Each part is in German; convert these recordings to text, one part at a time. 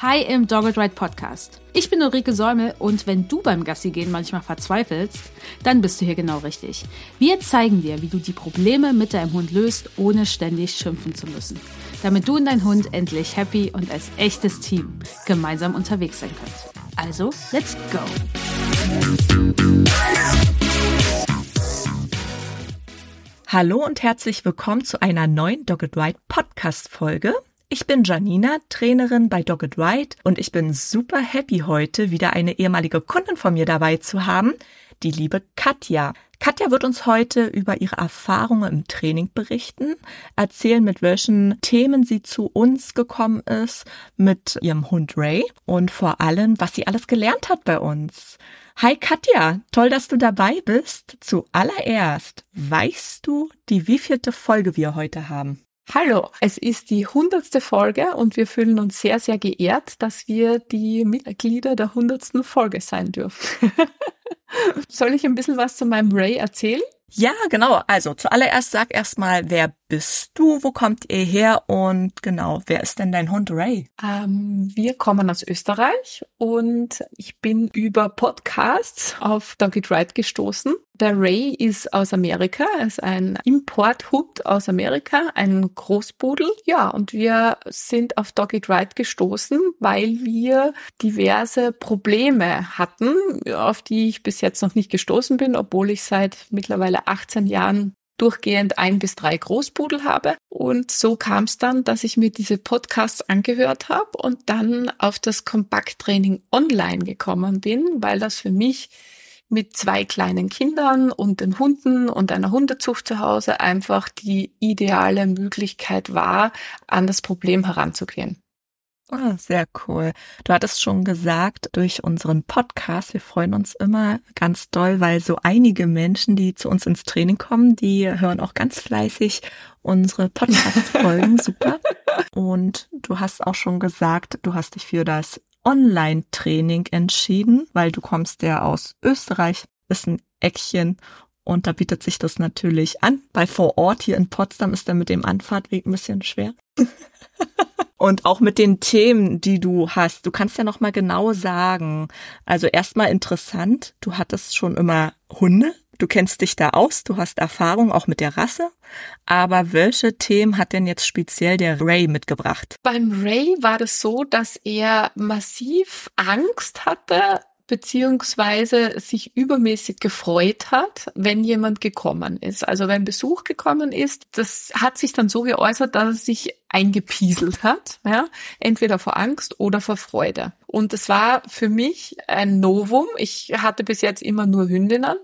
Hi im Dogged Ride Podcast. Ich bin Ulrike Säumel und wenn du beim Gassi-Gehen manchmal verzweifelst, dann bist du hier genau richtig. Wir zeigen dir, wie du die Probleme mit deinem Hund löst, ohne ständig schimpfen zu müssen. Damit du und dein Hund endlich happy und als echtes Team gemeinsam unterwegs sein könnt. Also, let's go! Hallo und herzlich willkommen zu einer neuen Dogged Ride Podcast-Folge. Ich bin Janina, Trainerin bei Dogged Ride und ich bin super happy, heute wieder eine ehemalige Kundin von mir dabei zu haben, die liebe Katja. Katja wird uns heute über ihre Erfahrungen im Training berichten, erzählen, mit welchen Themen sie zu uns gekommen ist, mit ihrem Hund Ray und vor allem, was sie alles gelernt hat bei uns. Hi Katja, toll, dass du dabei bist. Zuallererst, weißt du, die wievielte Folge wir heute haben? Hallo, es ist die 100. Folge und wir fühlen uns sehr, sehr geehrt, dass wir die Mitglieder der 100. Folge sein dürfen. Soll ich ein bisschen was zu meinem Ray erzählen? Ja, genau. Also zuallererst sag erstmal, wer bist du, wo kommt ihr her und genau, wer ist denn dein Hund Ray? Wir kommen aus Österreich und ich bin über Podcasts auf Dogged Ride gestoßen. Der Ray ist aus Amerika, er ist ein Importhund aus Amerika, ein Großpudel. Ja, und wir sind auf Dogged Ride gestoßen, weil wir diverse Probleme hatten, auf die ich bis jetzt noch nicht gestoßen bin, obwohl ich seit mittlerweile 18 Jahren durchgehend 1 bis 3 Großpudel habe. Und so kam es dann, dass ich mir diese Podcasts angehört habe und dann auf das Kompakttraining online gekommen bin, weil das für mich mit 2 kleinen Kindern und den Hunden und einer Hundezucht zu Hause einfach die ideale Möglichkeit war, an das Problem heranzugehen. Oh, sehr cool. Du hattest schon gesagt, durch unseren Podcast, wir freuen uns immer ganz doll, weil so einige Menschen, die zu uns ins Training kommen, die hören auch ganz fleißig unsere Podcast-Folgen. Super. Und du hast auch schon gesagt, du hast dich für das Online-Training entschieden, weil du kommst ja aus Österreich, ist ein Eckchen und da bietet sich das natürlich an. Bei vor Ort hier in Potsdam ist da mit dem Anfahrtweg ein bisschen schwer. Und auch mit den Themen, die du hast. Du kannst ja noch mal genau sagen. Also erstmal interessant, du hattest schon immer Hunde. Du kennst dich da aus, du hast Erfahrung auch mit der Rasse. Aber welche Themen hat denn jetzt speziell der Ray mitgebracht? Beim Ray war das so, dass er massiv Angst hatte, beziehungsweise sich übermäßig gefreut hat, wenn jemand gekommen ist. Also wenn Besuch gekommen ist, das hat sich dann so geäußert, dass er sich eingepieselt hat, ja, entweder vor Angst oder vor Freude. Und es war für mich ein Novum. Ich hatte bis jetzt immer nur Hündinnen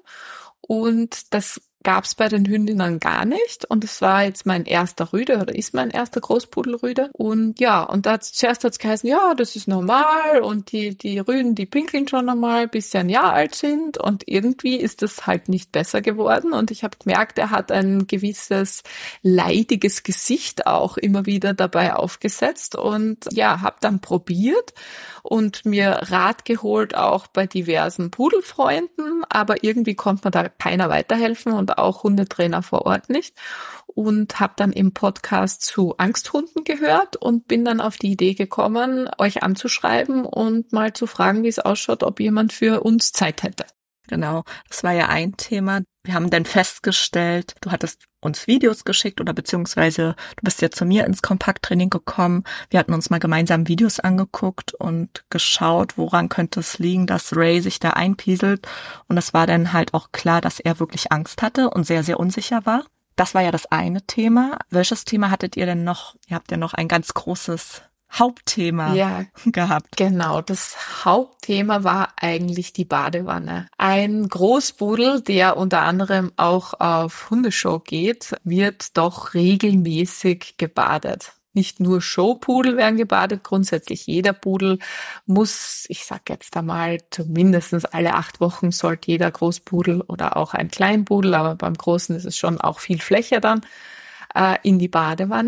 und das gab's bei den Hündinnen gar nicht. Und es war jetzt mein erster Rüde oder ist mein erster Großpudelrüde. Und ja, und zuerst hat's geheißen, ja, das ist normal und die Rüden, die pinkeln schon einmal, bis sie ein Jahr alt sind. Und irgendwie ist das halt nicht besser geworden. Und ich habe gemerkt, er hat ein gewisses leidiges Gesicht auch immer wieder dabei aufgesetzt. Und ja, habe dann probiert und mir Rat geholt, auch bei diversen Pudelfreunden. Aber irgendwie konnte mir da keiner weiterhelfen und auch Hundetrainer vor Ort nicht. Und habe dann im Podcast zu Angsthunden gehört und bin dann auf die Idee gekommen, euch anzuschreiben und mal zu fragen, wie es ausschaut, ob jemand für uns Zeit hätte. Genau, das war ja ein Thema. Wir haben dann festgestellt, du hattest uns Videos geschickt oder beziehungsweise du bist ja zu mir ins Kompakttraining gekommen. Wir hatten uns mal gemeinsam Videos angeguckt und geschaut, woran könnte es liegen, dass Ray sich da einpieselt. Und es war dann halt auch klar, dass er wirklich Angst hatte und sehr, sehr unsicher war. Das war ja das eine Thema. Welches Thema hattet ihr denn noch? Ihr habt ja noch ein ganz großes Hauptthema gehabt. Genau, das Hauptthema war eigentlich die Badewanne. Ein Großpudel, der unter anderem auch auf Hundeshow geht, wird doch regelmäßig gebadet. Nicht nur Showpudel werden gebadet, grundsätzlich jeder Pudel muss, ich sag jetzt einmal, zumindest alle 8 Wochen sollte jeder Großpudel oder auch ein Kleinpudel, aber beim Großen ist es schon auch viel Fläche dann, in die Badewanne.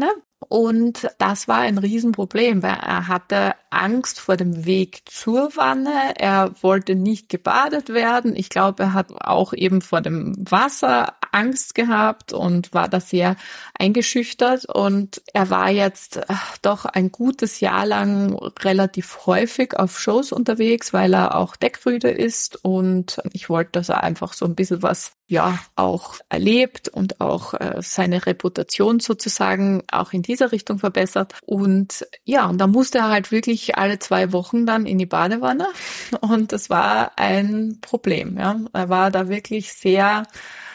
Und das war ein Riesenproblem, weil er hatte Angst vor dem Weg zur Wanne. Er wollte nicht gebadet werden. Ich glaube, er hat auch eben vor dem Wasser Angst gehabt und war da sehr eingeschüchtert. Und er war jetzt doch ein gutes Jahr lang relativ häufig auf Shows unterwegs, weil er auch Deckrüde ist. Und ich wollte, dass er einfach so ein bisschen was auch erlebt und auch seine Reputation sozusagen auch in dieser Richtung verbessert. Und und da musste er halt wirklich alle 2 Wochen dann in die Badewanne. Und das war ein Problem. Ja. Er war da wirklich sehr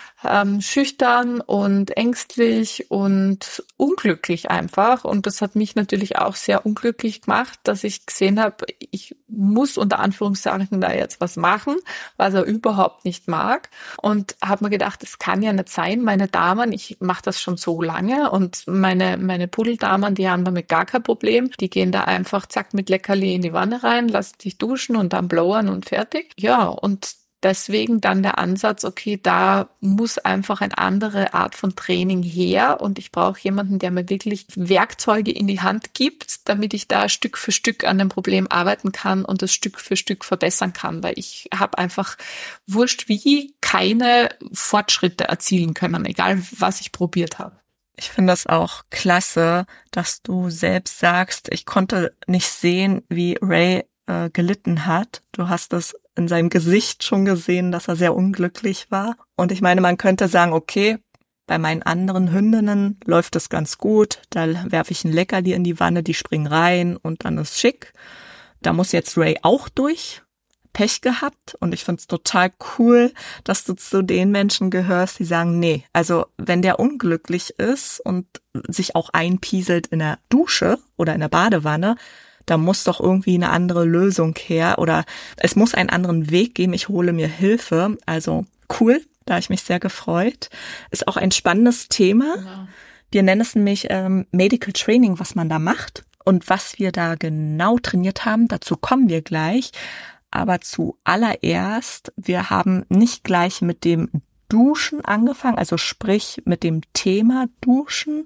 schüchtern und ängstlich und unglücklich einfach. Und das hat mich natürlich auch sehr unglücklich gemacht, dass ich gesehen habe, ich muss unter Anführungszeichen da jetzt was machen, was er überhaupt nicht mag. Und habe mir gedacht, das kann ja nicht sein. Meine Damen, ich mache das schon so lange und meine Pudeldamen, die haben damit gar kein Problem. Die gehen da einfach zack mit Leckerli in die Wanne rein, lassen sich duschen und dann blowern und fertig. Ja, und deswegen dann der Ansatz, okay, da muss einfach eine andere Art von Training her und ich brauche jemanden, der mir wirklich Werkzeuge in die Hand gibt, damit ich da Stück für Stück an dem Problem arbeiten kann und das Stück für Stück verbessern kann, weil ich habe einfach wurscht wie keine Fortschritte erzielen können, egal was ich probiert habe. Ich finde das auch klasse, dass du selbst sagst, ich konnte nicht sehen, wie Ray gelitten hat. Du hast es in seinem Gesicht schon gesehen, dass er sehr unglücklich war. Und ich meine, man könnte sagen, okay, bei meinen anderen Hündinnen läuft es ganz gut. Da werfe ich ein Leckerli in die Wanne, die springen rein und dann ist schick. Da muss jetzt Ray auch durch. Pech gehabt. Und ich finde es total cool, dass du zu den Menschen gehörst, die sagen, nee, also wenn der unglücklich ist und sich auch einpieselt in der Dusche oder in der Badewanne, da muss doch irgendwie eine andere Lösung her oder es muss einen anderen Weg geben, ich hole mir Hilfe. Also cool, da habe ich mich sehr gefreut. Ist auch ein spannendes Thema. Genau. Wir nennen es nämlich Medical Training, was man da macht und was wir da genau trainiert haben. Dazu kommen wir gleich. Aber zuallererst, wir haben nicht gleich mit dem Duschen angefangen, also sprich mit dem Thema Duschen,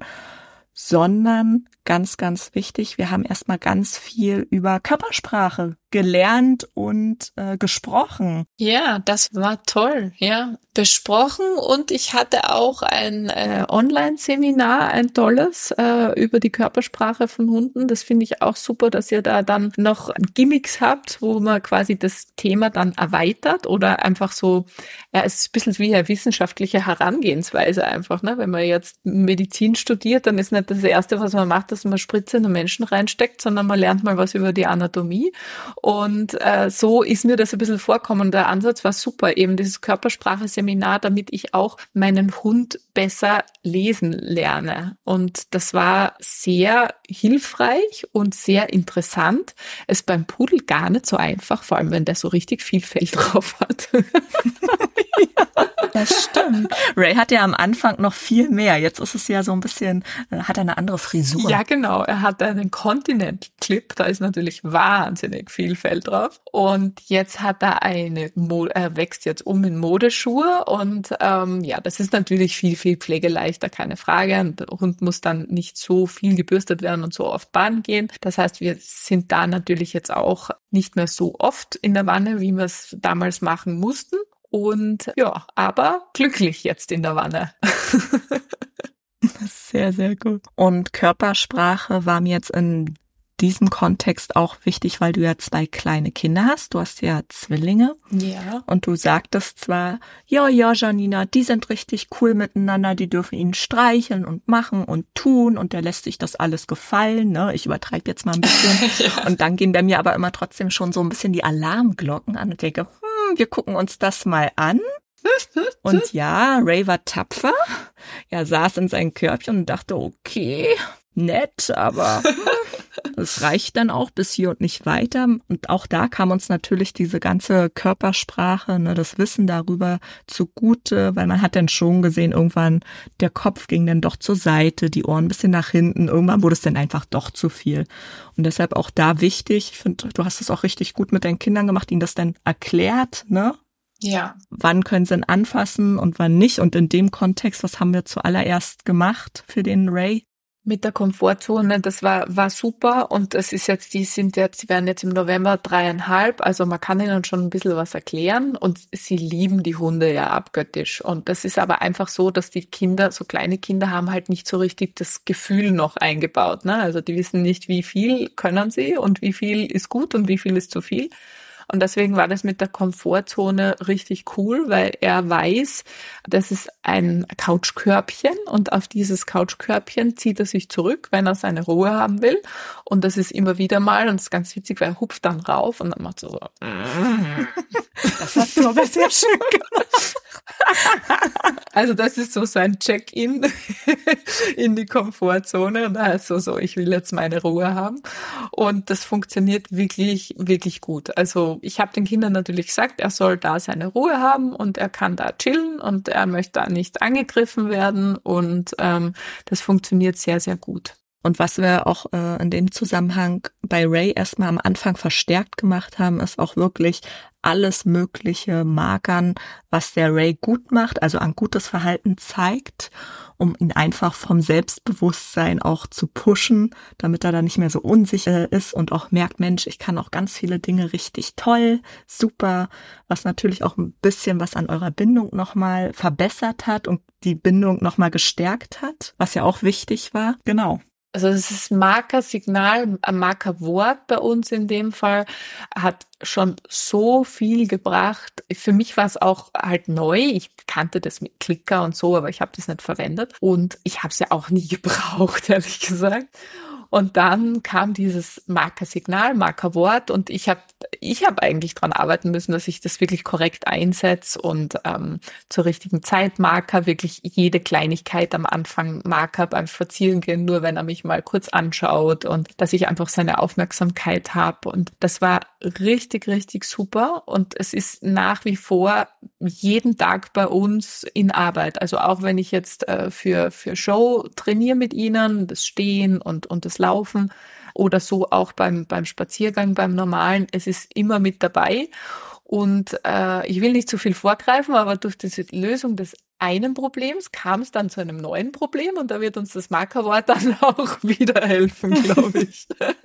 sondern ganz, ganz wichtig, wir haben erstmal ganz viel über Körpersprache gelernt und gesprochen. Ja, das war toll, ja. Besprochen und ich hatte auch ein Online-Seminar, ein tolles, über die Körpersprache von Hunden. Das finde ich auch super, dass ihr da dann noch Gimmicks habt, wo man quasi das Thema dann erweitert oder einfach so, ja, es ist ein bisschen wie eine wissenschaftliche Herangehensweise einfach, ne? Wenn man jetzt Medizin studiert, dann ist nicht das Erste, was man macht, dass man Spritze in den Menschen reinsteckt, sondern man lernt mal was über die Anatomie. Und so ist mir das ein bisschen vorkommen. Der Ansatz war super, eben dieses Körpersprache-Seminar, damit ich auch meinen Hund besser lesen lerne. Und das war sehr hilfreich und sehr interessant. Es ist beim Pudel gar nicht so einfach, vor allem wenn der so richtig viel Fell drauf hat. Ja, das stimmt. Ray hat ja am Anfang noch viel mehr. Jetzt ist es ja so ein bisschen, hat er eine andere Frisur. Ja, genau. Er hat einen Continent-Clip. Da ist natürlich wahnsinnig viel Fell drauf. Und jetzt hat er er wächst jetzt um in Modeschuhe. Und das ist natürlich viel, viel pflegeleichter, keine Frage. Und der Hund muss dann nicht so viel gebürstet werden und so oft baden gehen. Das heißt, wir sind da natürlich jetzt auch nicht mehr so oft in der Wanne, wie wir es damals machen mussten. Und ja, aber glücklich jetzt in der Wanne. Sehr, sehr gut. Und Körpersprache war mir jetzt in diesem Kontext auch wichtig, weil du ja 2 kleine Kinder hast. Du hast ja Zwillinge. Ja. Und du sagtest zwar, ja, Janina, die sind richtig cool miteinander, die dürfen ihn streicheln und machen und tun und der lässt sich das alles gefallen. Ne? Ich übertreibe jetzt mal ein bisschen. Ja. Und dann gehen bei mir aber immer trotzdem schon so ein bisschen die Alarmglocken an und denke, wir gucken uns das mal an. Und ja, Ray war tapfer. Er saß in seinem Körbchen und dachte, okay, nett, aber es reicht dann auch bis hier und nicht weiter. Und auch da kam uns natürlich diese ganze Körpersprache, ne, das Wissen darüber zugute, weil man hat dann schon gesehen, irgendwann der Kopf ging dann doch zur Seite, die Ohren ein bisschen nach hinten. Irgendwann wurde es dann einfach doch zu viel. Und deshalb auch da wichtig, ich finde, du hast es auch richtig gut mit deinen Kindern gemacht, ihnen das dann erklärt, ne? Ja. Wann können sie ihn anfassen und wann nicht? Und in dem Kontext, was haben wir zuallererst gemacht für den Ray? Mit der Komfortzone, das war super und es ist jetzt, sie werden jetzt im November 3,5, also man kann ihnen schon ein bisschen was erklären und sie lieben die Hunde ja abgöttisch. Und das ist aber einfach so, dass die Kinder, so kleine Kinder haben halt nicht so richtig das Gefühl noch eingebaut, ne? Also die wissen nicht, wie viel können sie und wie viel ist gut und wie viel ist zu viel. Und deswegen war das mit der Komfortzone richtig cool, weil er weiß, das ist ein Couchkörbchen und auf dieses Couchkörbchen zieht er sich zurück, wenn er seine Ruhe haben will. Und das ist immer wieder mal, und das ist ganz witzig, weil er hupft dann rauf und dann macht so. Das hast du aber sehr schön gemacht. Also das ist so sein Check-in in die Komfortzone und da heißt so, ich will jetzt meine Ruhe haben. Und das funktioniert wirklich, wirklich gut. Also ich habe den Kindern natürlich gesagt, er soll da seine Ruhe haben und er kann da chillen und er möchte da nicht angegriffen werden und das funktioniert sehr, sehr gut. Und was wir auch in dem Zusammenhang bei Ray erstmal am Anfang verstärkt gemacht haben, ist auch wirklich alles Mögliche markern, was der Ray gut macht, also an gutes Verhalten zeigt, um ihn einfach vom Selbstbewusstsein auch zu pushen, damit er da nicht mehr so unsicher ist und auch merkt, Mensch, ich kann auch ganz viele Dinge richtig toll, super, was natürlich auch ein bisschen was an eurer Bindung nochmal verbessert hat und die Bindung nochmal gestärkt hat, was ja auch wichtig war. Genau. Also das ist Markersignal, ein Markerwort bei uns in dem Fall, hat schon so viel gebracht. Für mich war es auch halt neu. Ich kannte das mit Klicker und so, aber ich habe das nicht verwendet. Und ich habe es ja auch nie gebraucht, ehrlich gesagt. Und dann kam dieses Markersignal, Markerwort und ich hab eigentlich dran arbeiten müssen, dass ich das wirklich korrekt einsetze und zur richtigen Zeit Marker, wirklich jede Kleinigkeit am Anfang Marker beim Spazierengehen, nur wenn er mich mal kurz anschaut und dass ich einfach seine Aufmerksamkeit habe. Und das war richtig, richtig super und es ist nach wie vor jeden Tag bei uns in Arbeit. Also auch wenn ich jetzt für Show trainiere mit ihnen, das Stehen und das Laufen oder so auch beim Spaziergang, beim Normalen, es ist immer mit dabei. Und ich will nicht zu viel vorgreifen, aber durch diese Lösung des einen Problems kam es dann zu einem neuen Problem und da wird uns das Markerwort dann auch wieder helfen, glaube ich.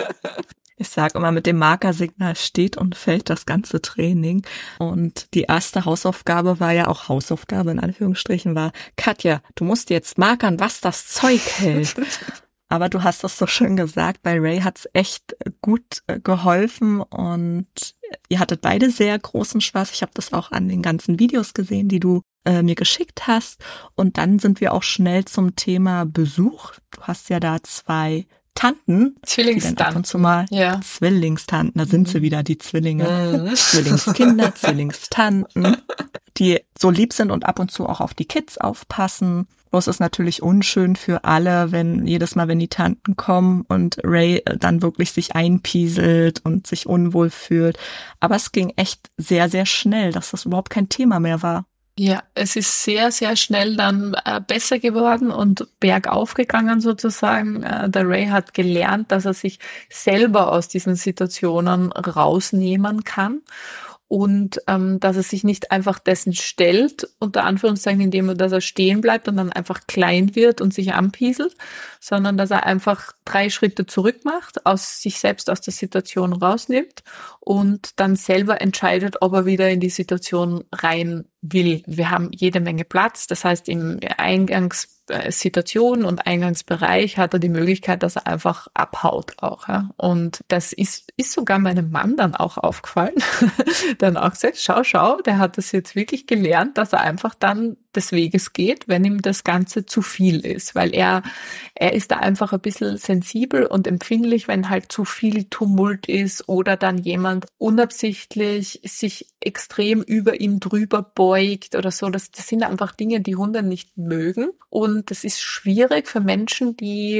Ich sage immer, mit dem Markersignal steht und fällt das ganze Training. Und die erste Hausaufgabe war ja auch Hausaufgabe in Anführungsstrichen, war, Katja, du musst jetzt markern, was das Zeug hält. Aber du hast das so schön gesagt, bei Ray hat's echt gut geholfen und ihr hattet beide sehr großen Spaß. Ich habe das auch an den ganzen Videos gesehen, die du mir geschickt hast. Und dann sind wir auch schnell zum Thema Besuch. Du hast ja da 2 Tanten. Zwillingstanten. Ab und zu mal ja. Zwillingstanten, da sind sie wieder, die Zwillinge. Zwillingskinder, Zwillingstanten, die so lieb sind und ab und zu auch auf die Kids aufpassen. Bloß ist natürlich unschön für alle, wenn jedes Mal, wenn die Tanten kommen und Ray dann wirklich sich einpieselt und sich unwohl fühlt. Aber es ging echt sehr, sehr schnell, dass das überhaupt kein Thema mehr war. Ja, es ist sehr, sehr schnell dann besser geworden und bergauf gegangen sozusagen. Der Ray hat gelernt, dass er sich selber aus diesen Situationen rausnehmen kann und dass er sich nicht einfach dessen stellt, unter Anführungszeichen, indem dass er stehen bleibt und dann einfach klein wird und sich anpieselt, sondern dass er einfach 3 Schritte zurück macht, sich selbst aus der Situation rausnimmt und dann selber entscheidet, ob er wieder in die Situation rein will. Wir haben jede Menge Platz, das heißt im Eingangssituation und Eingangsbereich hat er die Möglichkeit, dass er einfach abhaut auch. Ja? Und das ist sogar meinem Mann dann auch aufgefallen. Dann auch gesagt, schau, der hat das jetzt wirklich gelernt, dass er einfach dann des Weges geht, wenn ihm das Ganze zu viel ist, weil er ist da einfach ein bisschen sensibel und empfindlich, wenn halt zu viel Tumult ist oder dann jemand unabsichtlich sich extrem über ihn drüber beugt oder so. Das sind einfach Dinge, die Hunde nicht mögen und das ist schwierig für Menschen, die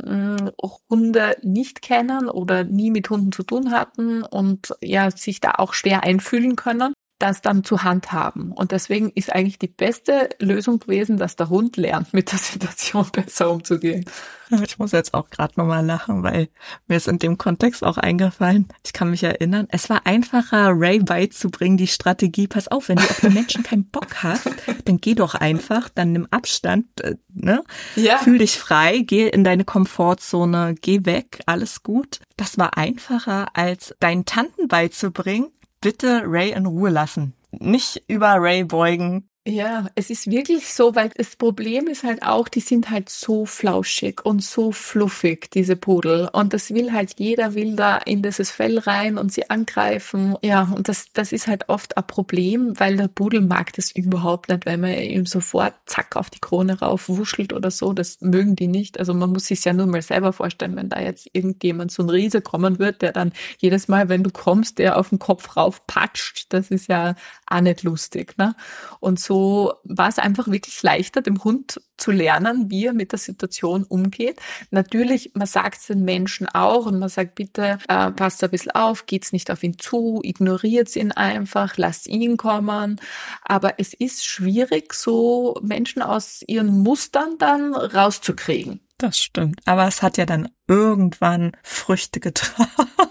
Hunde nicht kennen oder nie mit Hunden zu tun hatten und ja sich da auch schwer einfühlen können. das dann zu handhaben. Und deswegen ist eigentlich die beste Lösung gewesen, dass der Hund lernt, mit der Situation besser umzugehen. Ich muss jetzt auch gerade nochmal lachen, weil mir ist in dem Kontext auch eingefallen, ich kann mich erinnern, es war einfacher, Ray beizubringen, die Strategie, pass auf, wenn du auf die Menschen keinen Bock hast, dann geh doch einfach, dann nimm Abstand, ne? Ja. Fühl dich frei, geh in deine Komfortzone, geh weg, alles gut. Das war einfacher, als deinen Tanten beizubringen, bitte Ray in Ruhe lassen. Nicht über Ray beugen. Ja, es ist wirklich so, weil das Problem ist halt auch, die sind halt so flauschig und so fluffig, diese Pudel. Und das will da in dieses Fell rein und sie angreifen. Ja, und das ist halt oft ein Problem, weil der Pudel mag das überhaupt nicht, weil man ihm sofort zack auf die Krone rauf wuschelt oder so. Das mögen die nicht. Also man muss sich ja nur mal selber vorstellen, wenn da jetzt irgendjemand, so ein Riese kommen wird, der dann jedes Mal, wenn du kommst, der auf den Kopf rauf patscht. Das ist ja auch nicht lustig, ne? Und so war es einfach wirklich leichter, dem Hund zu lernen, wie er mit der Situation umgeht. Natürlich, man sagt es den Menschen auch und man sagt, bitte passt ein bisschen auf, geht's nicht auf ihn zu, ignoriert ihn einfach, lasst ihn kommen. Aber es ist schwierig, so Menschen aus ihren Mustern dann rauszukriegen. Das stimmt. Aber es hat ja dann irgendwann Früchte getragen.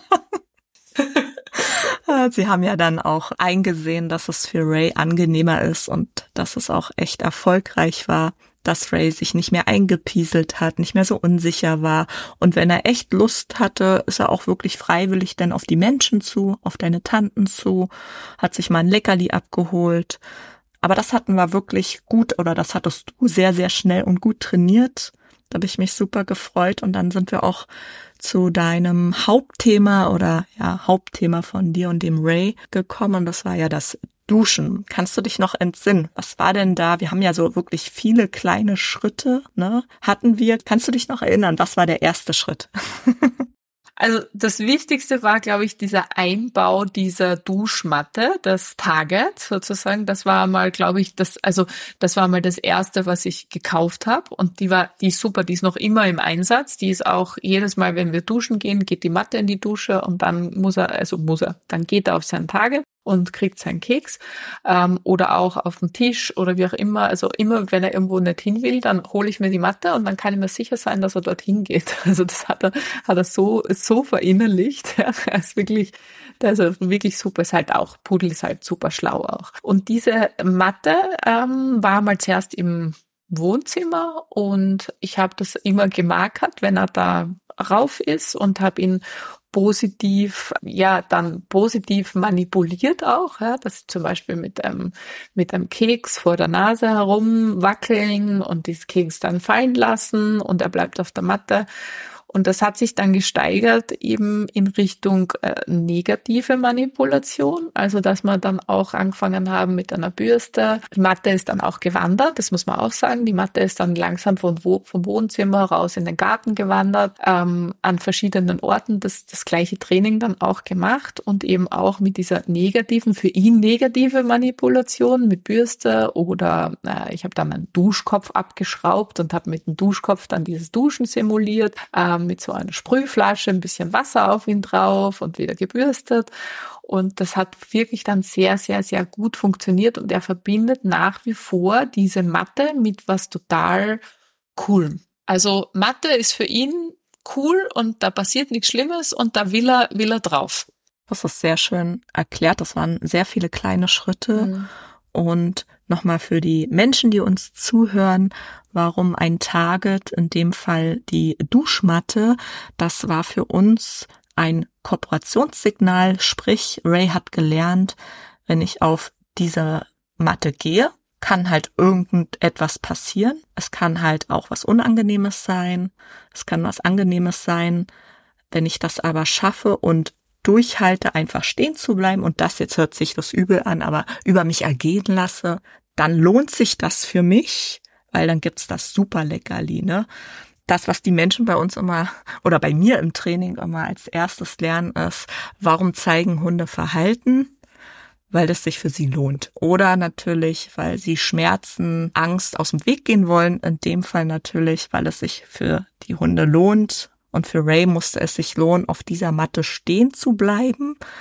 Sie haben ja dann auch eingesehen, dass es für Ray angenehmer ist und dass es auch echt erfolgreich war, dass Ray sich nicht mehr eingepieselt hat, nicht mehr so unsicher war. Und wenn er echt Lust hatte, ist er auch wirklich freiwillig dann auf die Menschen zu, auf deine Tanten zu, hat sich mal ein Leckerli abgeholt. Aber das hatten wir wirklich gut, oder das hattest du sehr, sehr schnell und gut trainiert. Da habe ich mich super gefreut und dann sind wir auch zu deinem Hauptthema Hauptthema von dir und dem Ray gekommen und das war ja das Duschen. Kannst du dich noch entsinnen? Was war denn da? Wir haben ja so wirklich viele kleine Schritte, ne? Hatten wir. Kannst du dich noch erinnern? Was war der erste Schritt? Also das Wichtigste war, glaube ich, dieser Einbau dieser Duschmatte, das Target sozusagen. Das war mal, glaube ich, das war mal das Erste, was ich gekauft habe. Und die ist super, die ist noch immer im Einsatz. Die ist auch jedes Mal, wenn wir duschen gehen, geht die Matte in die Dusche und dann dann geht er auf sein Target und kriegt seinen Keks oder auch auf den Tisch oder wie auch immer. Also immer, wenn er irgendwo nicht hin will, dann hole ich mir die Matte und dann kann ich mir sicher sein, dass er dorthin geht. Also das hat er so verinnerlicht. Ja, ist wirklich, das ist wirklich super. Pudel ist halt super schlau auch. Und diese Matte war mal zuerst im Wohnzimmer und ich habe das immer gemarkert, wenn er da rauf ist und habe ihn positiv manipuliert auch, ja, dass zum Beispiel mit einem Keks vor der Nase herumwackeln und dieses Keks dann fallen lassen und er bleibt auf der Matte. Und das hat sich dann gesteigert eben in Richtung negative Manipulation, also dass wir dann auch angefangen haben mit einer Bürste. Die Matte ist dann auch gewandert, das muss man auch sagen. Die Matte ist dann langsam vom Wohnzimmer raus in den Garten gewandert, an verschiedenen Orten das gleiche Training dann auch gemacht und eben auch mit dieser für ihn negative Manipulation mit Bürste oder ich habe dann einen Duschkopf abgeschraubt und habe mit dem Duschkopf dann dieses Duschen simuliert, mit so einer Sprühflasche, ein bisschen Wasser auf ihn drauf und wieder gebürstet. Und das hat wirklich dann sehr, sehr, sehr gut funktioniert. Und er verbindet nach wie vor diese Matte mit was total Coolem. Also Matte ist für ihn cool und da passiert nichts Schlimmes und da will er drauf. Das ist sehr schön erklärt. Das waren sehr viele kleine Schritte. Mhm. Und nochmal für die Menschen, die uns zuhören, warum ein Target, in dem Fall die Duschmatte, das war für uns ein Kooperationssignal, sprich Ray hat gelernt, wenn ich auf diese Matte gehe, kann halt irgendetwas passieren. Es kann halt auch was Unangenehmes sein, es kann was Angenehmes sein. Wenn ich das aber schaffe und durchhalte, einfach stehen zu bleiben und das, jetzt hört sich das übel an, aber über mich ergehen lasse, dann lohnt sich das für mich, weil dann gibt's das super Leckerli, ne? Das, was die Menschen bei uns immer oder bei mir im Training immer als erstes lernen, ist, warum zeigen Hunde Verhalten? Weil es sich für sie lohnt. Oder natürlich, weil sie Schmerzen, Angst aus dem Weg gehen wollen. In dem Fall natürlich, weil es sich für die Hunde lohnt. Und für Ray musste es sich lohnen, auf dieser Matte stehen zu bleiben.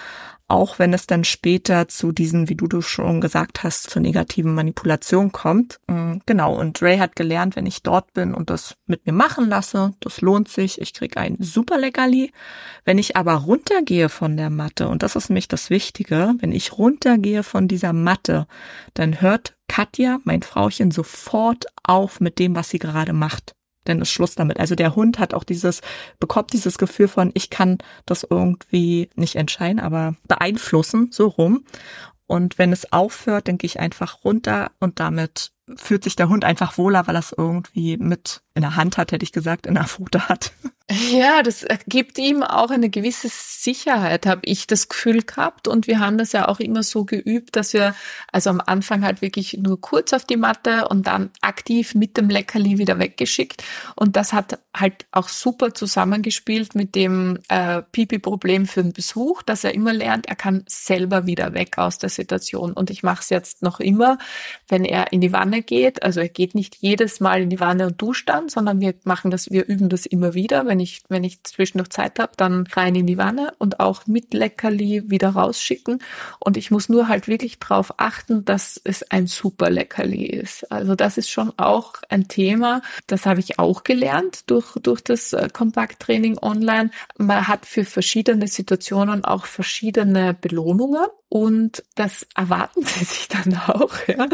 auch wenn es dann später zu diesen, wie du schon gesagt hast, zur negativen Manipulation kommt. Genau, und Ray hat gelernt, wenn ich dort bin und das mit mir machen lasse, das lohnt sich, ich kriege ein super Leckerli. Wenn ich aber runtergehe von der Matte, und das ist nämlich das Wichtige, wenn ich runtergehe von dieser Matte, dann hört Katja, mein Frauchen, sofort auf mit dem, was sie gerade macht. Dann ist Schluss damit. Also der Hund hat auch bekommt dieses Gefühl von, ich kann das irgendwie nicht entscheiden, aber beeinflussen, so rum. Und wenn es aufhört, dann gehe ich einfach runter und damit fühlt sich der Hund einfach wohler, weil er es irgendwie mit in der Hand hat, hätte ich gesagt, in der Pfote hat. Ja, das gibt ihm auch eine gewisse Sicherheit, habe ich das Gefühl gehabt. Und wir haben das ja auch immer so geübt, dass wir also am Anfang halt wirklich nur kurz auf die Matte und dann aktiv mit dem Leckerli wieder weggeschickt. Und das hat halt auch super zusammengespielt mit dem Pipi-Problem für den Besuch, dass er immer lernt, er kann selber wieder weg aus der Situation. Und ich mache es jetzt noch immer, wenn er in die Wanne geht. Also er geht nicht jedes Mal in die Wanne und duscht dann, sondern wir üben das immer wieder. Wenn ich zwischendurch Zeit habe, dann rein in die Wanne und auch mit Leckerli wieder rausschicken. Und ich muss nur halt wirklich darauf achten, dass es ein super Leckerli ist. Also das ist schon auch ein Thema. Das habe ich auch gelernt durch das Kompakttraining online. Man hat für verschiedene Situationen auch verschiedene Belohnungen. Und das erwarten sie sich dann auch. Ja.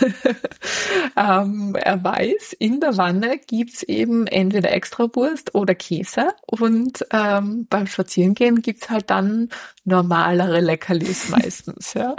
Er weiß, in der Wanne gibt's eben entweder Extrawurst oder Käse. Und beim Spazierengehen gibt's halt dann normalere Leckerlis meistens. Ja.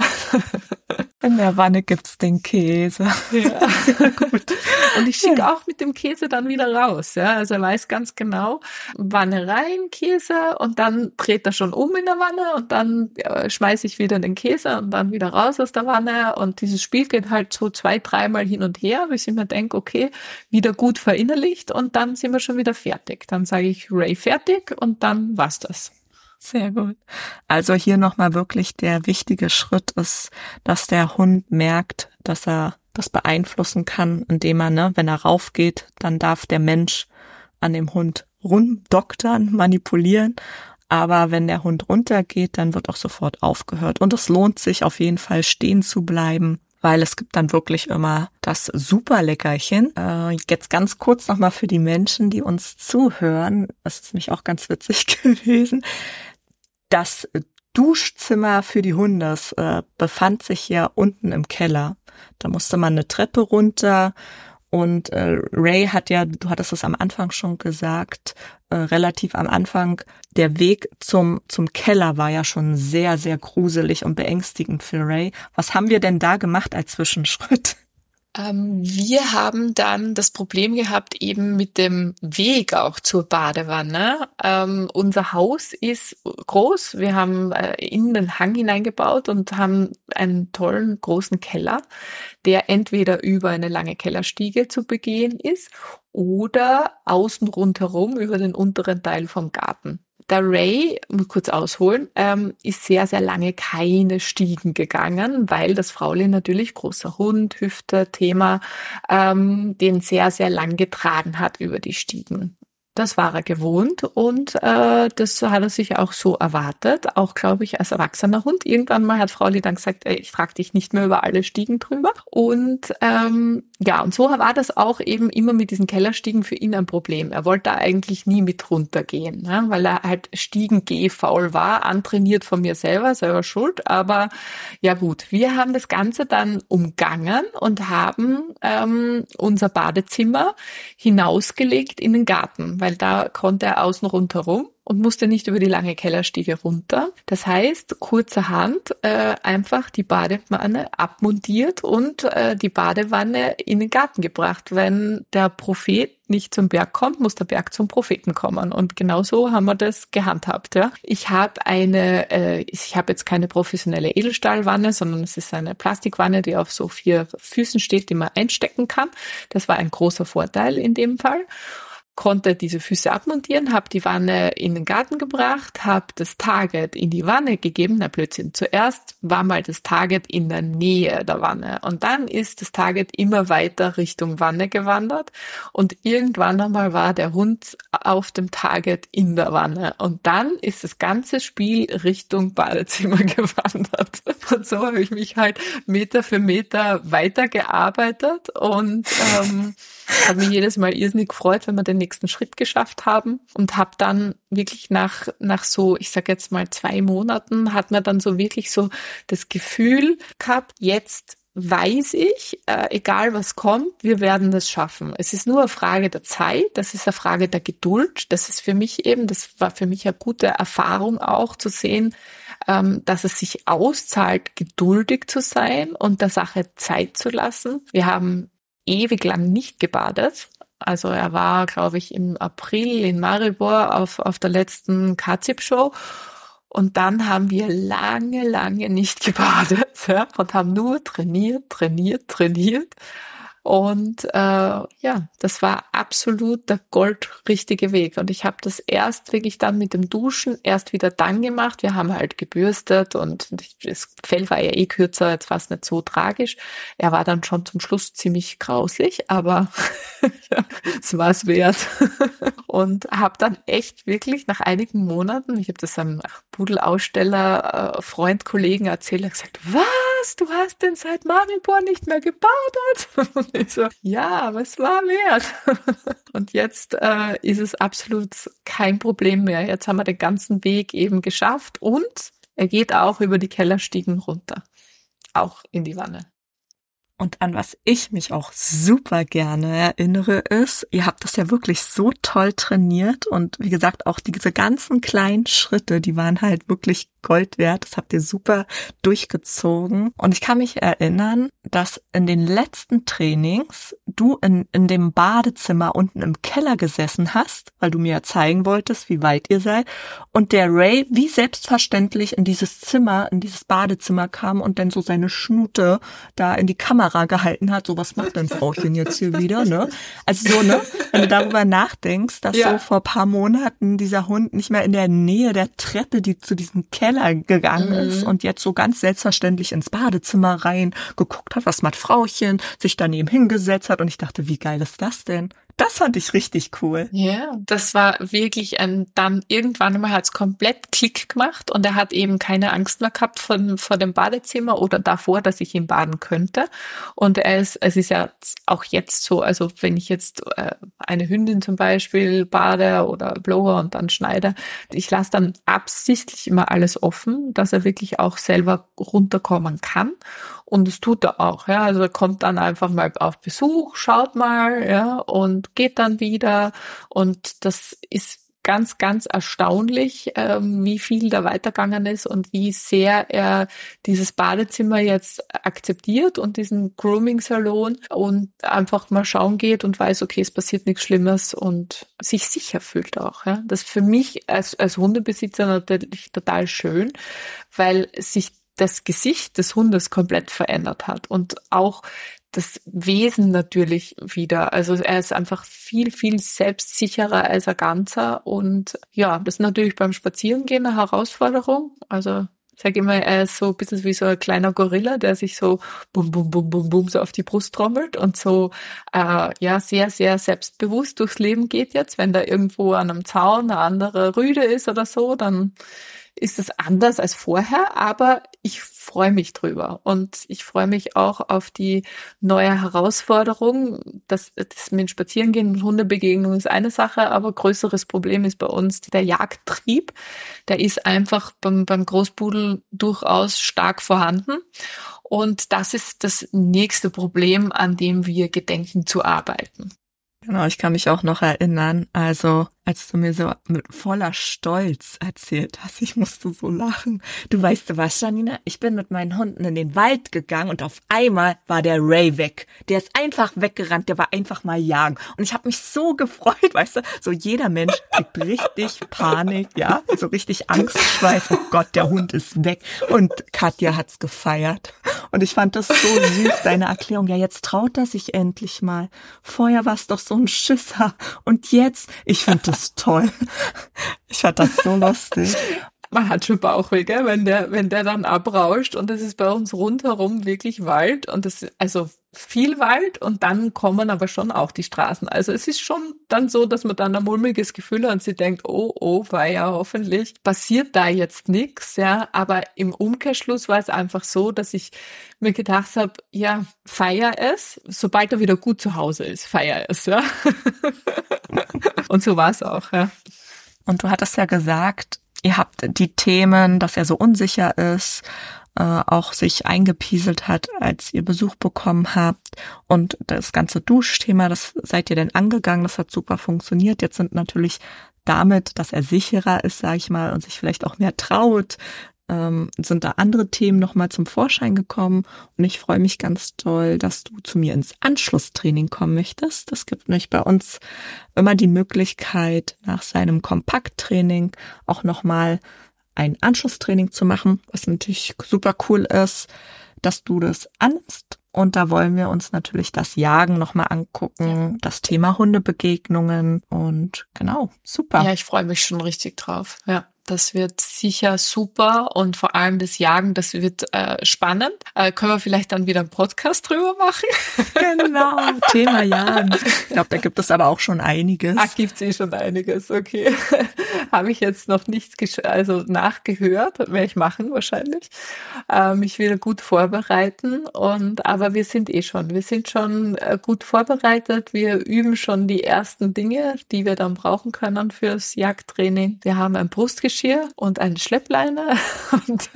In der Wanne gibt's den Käse. Ja, gut. Und ich schicke auch mit dem Käse dann wieder raus. Ja. Also er weiß ganz genau, Wanne rein, Käse und dann dreht er schon um in der Wanne und dann schmeiße ich wieder den Käse und dann wieder raus aus der Wanne. Und dieses Spiel geht halt so 2-3 Mal hin und her, bis ich mir denke, okay, wieder gut verinnerlicht und dann sind wir schon wieder fertig. Dann sage ich Ray fertig und dann war's das. Sehr gut. Also hier nochmal wirklich der wichtige Schritt ist, dass der Hund merkt, dass er das beeinflussen kann, indem er, wenn er raufgeht, dann darf der Mensch an dem Hund rumdoktern, manipulieren. Aber wenn der Hund runtergeht, dann wird auch sofort aufgehört. Und es lohnt sich auf jeden Fall stehen zu bleiben, weil es gibt dann wirklich immer das Superleckerchen. Jetzt ganz kurz nochmal für die Menschen, die uns zuhören. Das ist nämlich auch ganz witzig gewesen. Das Duschzimmer für die Hunde befand sich ja unten im Keller. Da musste man eine Treppe runter. Und Ray hat ja, du hattest es am Anfang schon gesagt, relativ am Anfang, der Weg zum Keller war ja schon sehr, sehr gruselig und beängstigend für Ray. Was haben wir denn da gemacht als Zwischenschritt? Wir haben dann das Problem gehabt eben mit dem Weg auch zur Badewanne. Unser Haus ist groß. Wir haben in den Hang hineingebaut und haben einen tollen großen Keller, der entweder über eine lange Kellerstiege zu begehen ist oder außen rundherum über den unteren Teil vom Garten. Der Ray, muss kurz ausholen, ist sehr, sehr lange keine Stiegen gegangen, weil das Frauli natürlich, großer Hund, Hüfte, Thema, den sehr, sehr lang getragen hat über die Stiegen. Das war er gewohnt und das hat er sich auch so erwartet, auch glaube ich als erwachsener Hund. Irgendwann mal hat Frauli dann gesagt, ich trage dich nicht mehr über alle Stiegen drüber. Und und so war das auch eben immer mit diesen Kellerstiegen für ihn ein Problem. Er wollte da eigentlich nie mit runtergehen, ne? Weil er halt Stiegen-Geh-faul war, antrainiert von mir selber schuld. Aber ja gut, wir haben das Ganze dann umgangen und haben unser Badezimmer hinausgelegt in den Garten, weil da konnte er außen rundherum und musste nicht über die lange Kellerstiege runter. Das heißt, kurzerhand einfach die Badewanne abmontiert und die Badewanne in den Garten gebracht. Wenn der Prophet nicht zum Berg kommt, muss der Berg zum Propheten kommen. Und genau so haben wir das gehandhabt. Ja. Ich habe jetzt keine professionelle Edelstahlwanne, sondern es ist eine Plastikwanne, die auf so 4 Füßen steht, die man einstecken kann. Das war ein großer Vorteil in dem Fall. konnte diese Füße abmontieren, habe die Wanne in den Garten gebracht, habe das Target in die Wanne gegeben. Na Blödsinn, zuerst war mal das Target in der Nähe der Wanne und dann ist das Target immer weiter Richtung Wanne gewandert und irgendwann einmal war der Hund auf dem Target in der Wanne und dann ist das ganze Spiel Richtung Badezimmer gewandert. Und so habe ich mich halt Meter für Meter weitergearbeitet und habe mich jedes Mal irrsinnig gefreut, wenn wir den nächsten Schritt geschafft haben und habe dann wirklich nach so, ich sag jetzt mal 2 Monaten, hat man dann so wirklich so das Gefühl gehabt, jetzt weiß ich, egal was kommt, wir werden das schaffen. Es ist nur eine Frage der Zeit, das ist eine Frage der Geduld, das war für mich eine gute Erfahrung auch zu sehen, dass es sich auszahlt, geduldig zu sein und der Sache Zeit zu lassen. Wir haben ewig lang nicht gebadet. Also er war, glaube ich, im April in Maribor auf der letzten K-Zip-Show. Und dann haben wir lange nicht gebadet, ja, und haben nur trainiert. Und das war absolut der goldrichtige Weg. Und ich habe das erst wirklich dann mit dem Duschen erst wieder dann gemacht. Wir haben halt gebürstet und das Fell war ja kürzer, jetzt war es nicht so tragisch. Er war dann schon zum Schluss ziemlich grauslich, aber ja, es war es wert. Und habe dann echt wirklich nach einigen Monaten, ich habe das einem Pudelaussteller, Freund, Kollegen erzählt, er hat gesagt, was, du hast denn seit Maribor nicht mehr gebadet? Und ich so, ja, aber es war wert. Und jetzt ist es absolut kein Problem mehr. Jetzt haben wir den ganzen Weg eben geschafft und er geht auch über die Kellerstiegen runter, auch in die Wanne. Und an was ich mich auch super gerne erinnere ist, ihr habt das ja wirklich so toll trainiert und wie gesagt auch diese ganzen kleinen Schritte, die waren halt wirklich Gold wert, das habt ihr super durchgezogen. Und ich kann mich erinnern, dass in den letzten Trainings du in dem Badezimmer unten im Keller gesessen hast, weil du mir ja zeigen wolltest, wie weit ihr seid. Und der Ray wie selbstverständlich in dieses Badezimmer kam und dann so seine Schnute da in die Kamera gehalten hat. So, was macht denn Frauchen jetzt hier wieder, ne? Also so, ne? Wenn du darüber nachdenkst, dass so vor ein paar Monaten dieser Hund nicht mehr in der Nähe der Treppe, die zu diesem Keller gegangen ist und jetzt so ganz selbstverständlich ins Badezimmer rein geguckt hat, was macht Frauchen, sich daneben hingesetzt hat und ich dachte, wie geil ist das denn? Das fand ich richtig cool. Ja, das war wirklich dann irgendwann einmal hat's komplett Klick gemacht und er hat eben keine Angst mehr gehabt vor dem Badezimmer oder davor, dass ich ihn baden könnte. Und es ist ja auch jetzt so, also wenn ich jetzt eine Hündin zum Beispiel bade oder blower und dann schneide, ich lasse dann absichtlich immer alles offen, dass er wirklich auch selber runterkommen kann. Und das tut er auch, ja. Also er kommt dann einfach mal auf Besuch, schaut mal, ja, und geht dann wieder. Und das ist ganz, ganz erstaunlich, wie viel da weitergegangen ist und wie sehr er dieses Badezimmer jetzt akzeptiert und diesen Grooming-Salon und einfach mal schauen geht und weiß, okay, es passiert nichts Schlimmes und sich sicher fühlt auch, ja. Das ist für mich als Hundebesitzer natürlich total schön, weil sich das Gesicht des Hundes komplett verändert hat und auch das Wesen natürlich wieder. Also er ist einfach viel, viel selbstsicherer als ein Ganzer und ja, das ist natürlich beim Spazierengehen eine Herausforderung. Also ich sage immer, er ist so ein bisschen wie so ein kleiner Gorilla, der sich so bum, bum, bum, bum, bum so auf die Brust trommelt und so sehr, sehr selbstbewusst durchs Leben geht jetzt. Wenn da irgendwo an einem Zaun eine andere Rüde ist oder so, dann ist es anders als vorher, aber ich freue mich drüber und ich freue mich auch auf die neue Herausforderung. Das mit Spazierengehen und Hundebegegnung ist eine Sache, aber größeres Problem ist bei uns der Jagdtrieb. Der ist einfach beim Großpudel durchaus stark vorhanden und das ist das nächste Problem, an dem wir gedenken zu arbeiten. Genau, ich kann mich auch noch erinnern, also als du mir so mit voller Stolz erzählt hast, ich musste so lachen. Du weißt was, Janina, ich bin mit meinen Hunden in den Wald gegangen und auf einmal war der Ray weg. Der ist einfach weggerannt, der war einfach mal jagen. Und ich habe mich so gefreut, weißt du, so jeder Mensch kriegt richtig Panik, ja, so richtig Angstschweiß. Oh Gott, der Hund ist weg. Und Katja hat's gefeiert. Und ich fand das so süß, deine Erklärung. Ja, jetzt traut er sich endlich mal. Vorher war es doch so ein Schisser. Und jetzt, ich finde das toll. Ich fand das so lustig. Man hat schon Bauchweh, gell, wenn der dann abrauscht, und es ist bei uns rundherum wirklich Wald, und das, also viel Wald, und dann kommen aber schon auch die Straßen. Also es ist schon dann so, dass man dann ein mulmiges Gefühl hat und sie denkt, oh, weia, hoffentlich passiert da jetzt nichts, ja. Aber im Umkehrschluss war es einfach so, dass ich mir gedacht habe, ja, feier es, sobald er wieder gut zu Hause ist, feier es, ja. Und so war es auch, ja. Und du hattest ja gesagt, ihr habt die Themen, dass er so unsicher ist, auch sich eingepieselt hat, als ihr Besuch bekommen habt. Und das ganze Duschthema, das seid ihr denn angegangen, das hat super funktioniert. Jetzt sind natürlich damit, dass er sicherer ist, sage ich mal, und sich vielleicht auch mehr traut, sind da andere Themen nochmal zum Vorschein gekommen. Und ich freue mich ganz doll, dass du zu mir ins Anschlusstraining kommen möchtest. Das gibt nämlich bei uns immer die Möglichkeit, nach seinem Kompakttraining auch nochmal ein Anschlusstraining zu machen, was natürlich super cool ist, dass du das annimmst. Und da wollen wir uns natürlich das Jagen nochmal angucken, das Thema Hundebegegnungen, und genau, super. Ja, ich freue mich schon richtig drauf, ja. Das wird sicher super, und vor allem das Jagen, das wird spannend. Können wir vielleicht dann wieder einen Podcast drüber machen? Genau, Thema Jagen. Ich glaube, da gibt es aber auch schon einiges. Gibt's schon einiges, okay. Habe ich jetzt noch nichts nachgehört, werde ich machen wahrscheinlich. Mich wieder gut vorbereiten, aber wir sind schon gut vorbereitet. Wir üben schon die ersten Dinge, die wir dann brauchen können fürs Jagdtraining. Wir haben ein Brustgeschirr und eine Schleppleine, und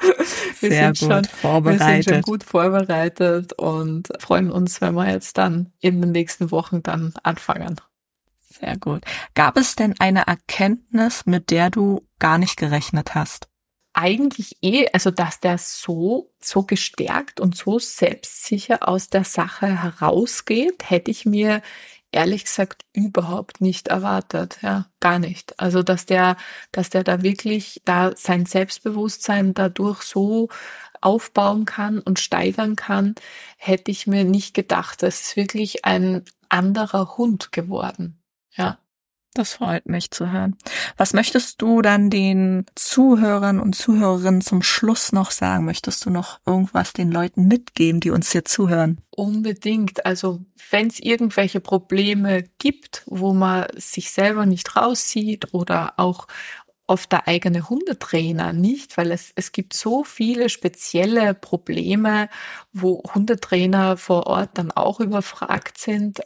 wir sind schon gut vorbereitet und freuen uns, wenn wir jetzt dann in den nächsten Wochen dann anfangen. Sehr gut. Gab es denn eine Erkenntnis, mit der du gar nicht gerechnet hast? Eigentlich also dass der so gestärkt und so selbstsicher aus der Sache herausgeht, hätte ich mir ehrlich gesagt überhaupt nicht erwartet, ja, gar nicht. Also dass der da wirklich sein Selbstbewusstsein dadurch so aufbauen kann und steigern kann, hätte ich mir nicht gedacht. Es ist wirklich ein anderer Hund geworden, ja. Das freut mich zu hören. Was möchtest du dann den Zuhörern und Zuhörerinnen zum Schluss noch sagen? Möchtest du noch irgendwas den Leuten mitgeben, die uns hier zuhören? Unbedingt. Also wenn es irgendwelche Probleme gibt, wo man sich selber nicht raussieht, oder auch oft der eigene Hundetrainer nicht, weil es gibt so viele spezielle Probleme, wo Hundetrainer vor Ort dann auch überfragt sind,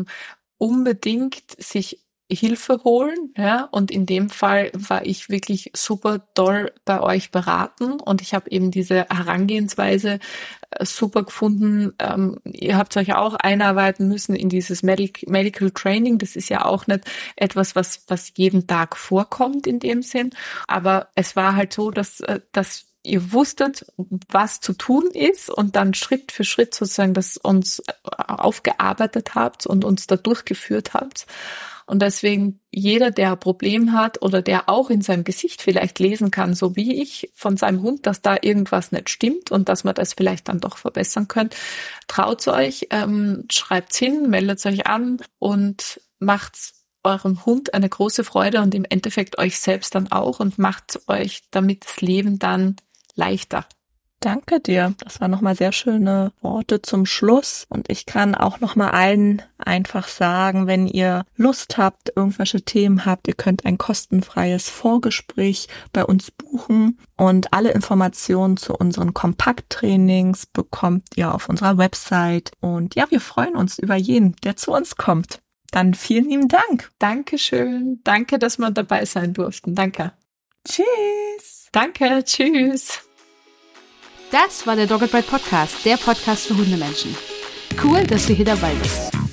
unbedingt sich Hilfe holen, ja, und in dem Fall war ich wirklich super toll bei euch beraten, und ich habe eben diese Herangehensweise super gefunden. Ihr habt euch auch einarbeiten müssen in dieses Medical Training. Das ist ja auch nicht etwas, was jeden Tag vorkommt in dem Sinn, aber es war halt so, dass ihr wusstet, was zu tun ist, und dann Schritt für Schritt sozusagen das uns aufgearbeitet habt und uns da durchgeführt habt. Und deswegen jeder, der ein Problem hat oder der auch in seinem Gesicht vielleicht lesen kann, so wie ich, von seinem Hund, dass da irgendwas nicht stimmt und dass man das vielleicht dann doch verbessern könnt, traut euch, schreibt's hin, meldet euch an und macht eurem Hund eine große Freude und im Endeffekt euch selbst dann auch, und macht euch damit das Leben dann leichter. Danke dir. Das waren nochmal sehr schöne Worte zum Schluss. Und ich kann auch nochmal allen einfach sagen, wenn ihr Lust habt, irgendwelche Themen habt, ihr könnt ein kostenfreies Vorgespräch bei uns buchen. Und alle Informationen zu unseren Kompakttrainings bekommt ihr auf unserer Website. Und ja, wir freuen uns über jeden, der zu uns kommt. Dann vielen lieben Dank. Dankeschön. Danke, dass wir dabei sein durften. Danke. Tschüss. Danke. Tschüss. Das war der Dogged Bite Podcast, der Podcast für Hundemenschen. Cool, dass du hier dabei bist.